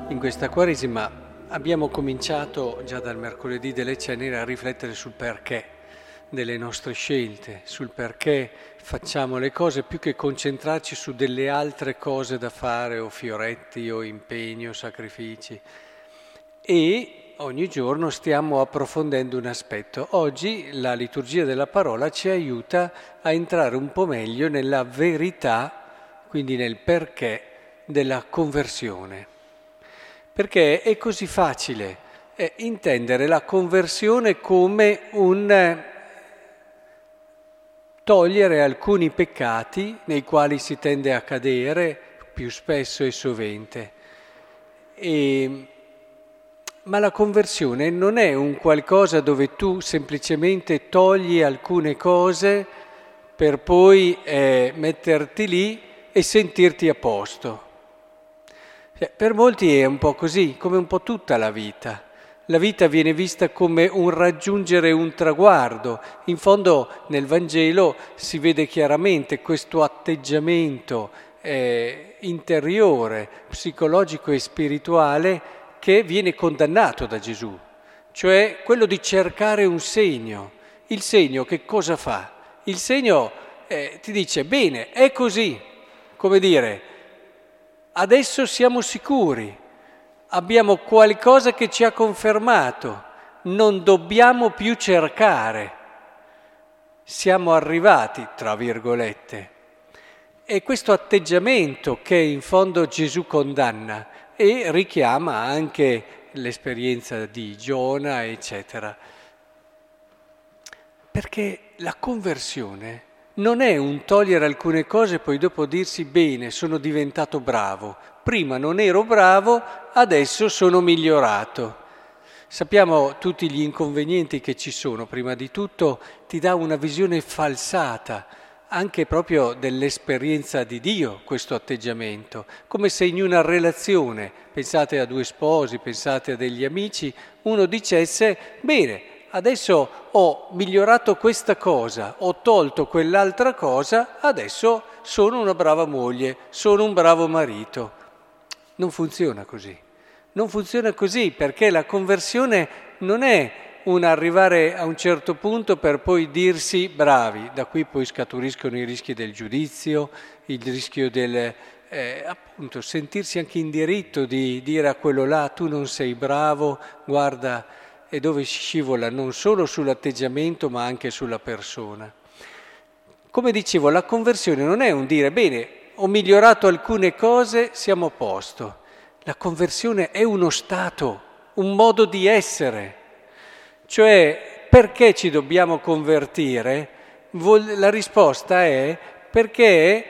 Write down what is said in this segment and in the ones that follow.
In questa Quaresima abbiamo cominciato già dal mercoledì delle ceneri a riflettere sul perché delle nostre scelte, sul perché facciamo le cose più che concentrarci su delle altre cose da fare o fioretti o impegni o sacrifici. E ogni giorno stiamo approfondendo un aspetto. Oggi la liturgia della parola ci aiuta a entrare un po' meglio nella verità, quindi nel perché della conversione. Perché è così facile intendere la conversione come un togliere alcuni peccati nei quali si tende a cadere più spesso e sovente. Ma la conversione non è un qualcosa dove tu semplicemente togli alcune cose per poi metterti lì e sentirti a posto. Per molti è un po' così, come un po' tutta la vita. La vita viene vista come un raggiungere un traguardo. In fondo nel Vangelo si vede chiaramente questo atteggiamento interiore, psicologico e spirituale che viene condannato da Gesù, cioè quello di cercare un segno. Il segno che cosa fa? Il segno ti dice, bene, è così, come dire, adesso siamo sicuri, abbiamo qualcosa che ci ha confermato, non dobbiamo più cercare, siamo arrivati, tra virgolette. È questo atteggiamento che in fondo Gesù condanna e richiama anche l'esperienza di Giona, eccetera. Perché la conversione non è un togliere alcune cose e poi dopo dirsi bene, sono diventato bravo. Prima non ero bravo, adesso sono migliorato. Sappiamo tutti gli inconvenienti che ci sono. Prima di tutto ti dà una visione falsata, anche proprio dell'esperienza di Dio, questo atteggiamento. Come se in una relazione, pensate a due sposi, pensate a degli amici, uno dicesse, bene, adesso ho migliorato questa cosa, ho tolto quell'altra cosa, adesso sono una brava moglie, sono un bravo marito. Non funziona così. Non funziona così perché la conversione non è un arrivare a un certo punto per poi dirsi bravi. Da qui poi scaturiscono i rischi del giudizio, il rischio del appunto sentirsi anche in diritto di dire a quello là tu non sei bravo, guarda, e dove si scivola non solo sull'atteggiamento ma anche sulla persona. Come dicevo, la conversione non è un dire bene, ho migliorato alcune cose, siamo a posto. La conversione è uno stato, un modo di essere. Cioè, perché ci dobbiamo convertire? La risposta è perché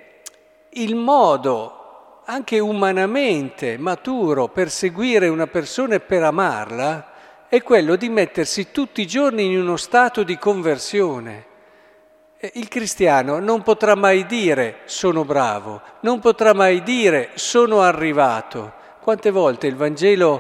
il modo, anche umanamente maturo, per seguire una persona e per amarla, è quello di mettersi tutti i giorni in uno stato di conversione. Il cristiano non potrà mai dire sono bravo, non potrà mai dire sono arrivato. Quante volte il Vangelo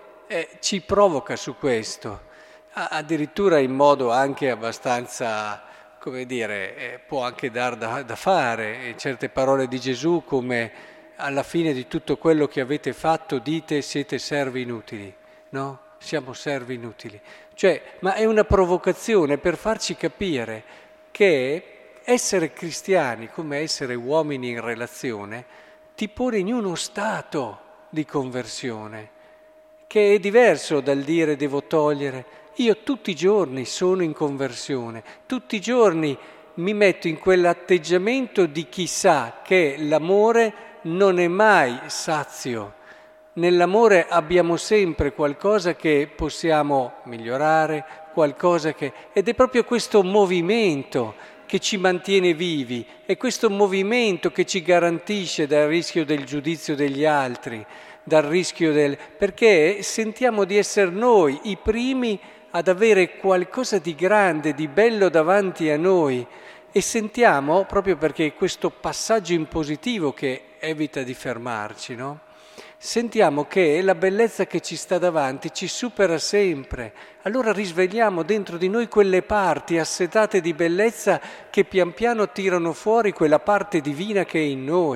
ci provoca su questo, addirittura in modo anche abbastanza, come dire, può anche dar da fare. Certe parole di Gesù come alla fine di tutto quello che avete fatto dite siete servi inutili, no? Siamo servi inutili. Cioè, ma è una provocazione per farci capire che essere cristiani, come essere uomini in relazione, ti pone in uno stato di conversione, che è diverso dal dire devo togliere. Io tutti i giorni sono in conversione, tutti i giorni mi metto in quell'atteggiamento di chi sa che l'amore non è mai sazio. Nell'amore abbiamo sempre qualcosa che possiamo migliorare, qualcosa che... Ed è proprio questo movimento che ci mantiene vivi, è questo movimento che ci garantisce dal rischio del giudizio degli altri, dal rischio del... perché sentiamo di essere noi i primi ad avere qualcosa di grande, di bello davanti a noi e sentiamo, proprio perché questo passaggio in positivo che evita di fermarci, no? Sentiamo che la bellezza che ci sta davanti ci supera sempre. Allora risvegliamo dentro di noi quelle parti assetate di bellezza che pian piano tirano fuori quella parte divina che è in noi.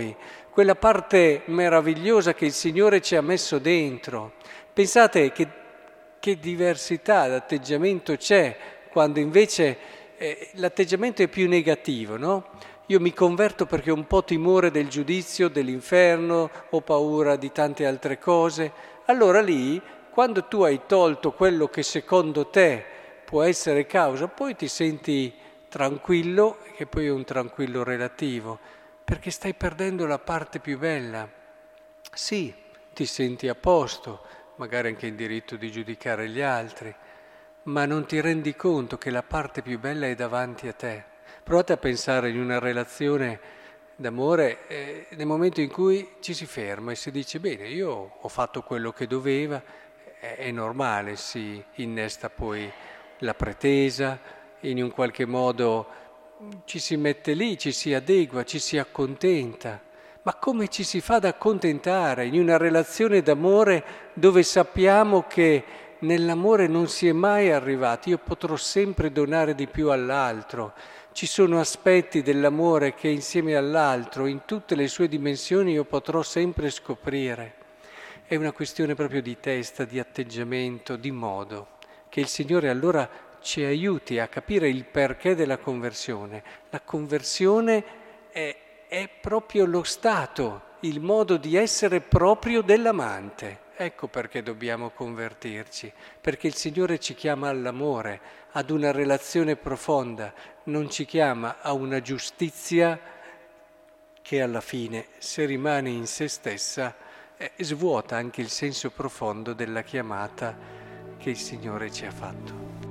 quella parte meravigliosa che il Signore ci ha messo dentro. Pensate che diversità d'atteggiamento c'è quando invece l'atteggiamento è più negativo, no? Io mi converto perché ho un po' timore del giudizio, dell'inferno, ho paura di tante altre cose. Allora lì, quando tu hai tolto quello che secondo te può essere causa, poi ti senti tranquillo, che poi è un tranquillo relativo, perché stai perdendo la parte più bella. Sì, ti senti a posto, magari anche in diritto di giudicare gli altri, ma non ti rendi conto che la parte più bella è davanti a te. Provate a pensare in una relazione d'amore nel momento in cui ci si ferma e si dice bene, io ho fatto quello che doveva, è normale, si innesta poi la pretesa, in un qualche modo ci si mette lì, ci si adegua, ci si accontenta. Ma come ci si fa ad accontentare in una relazione d'amore dove sappiamo che nell'amore non si è mai arrivati? Io potrò sempre donare di più all'altro. Ci sono aspetti dell'amore che insieme all'altro, in tutte le sue dimensioni, io potrò sempre scoprire. È una questione proprio di testa, di atteggiamento, di modo, che il Signore allora ci aiuti a capire il perché della conversione. La conversione è proprio lo stato, il modo di essere proprio dell'amante. Ecco perché dobbiamo convertirci, perché il Signore ci chiama all'amore, ad una relazione profonda, non ci chiama a una giustizia che alla fine, se rimane in se stessa, svuota anche il senso profondo della chiamata che il Signore ci ha fatto.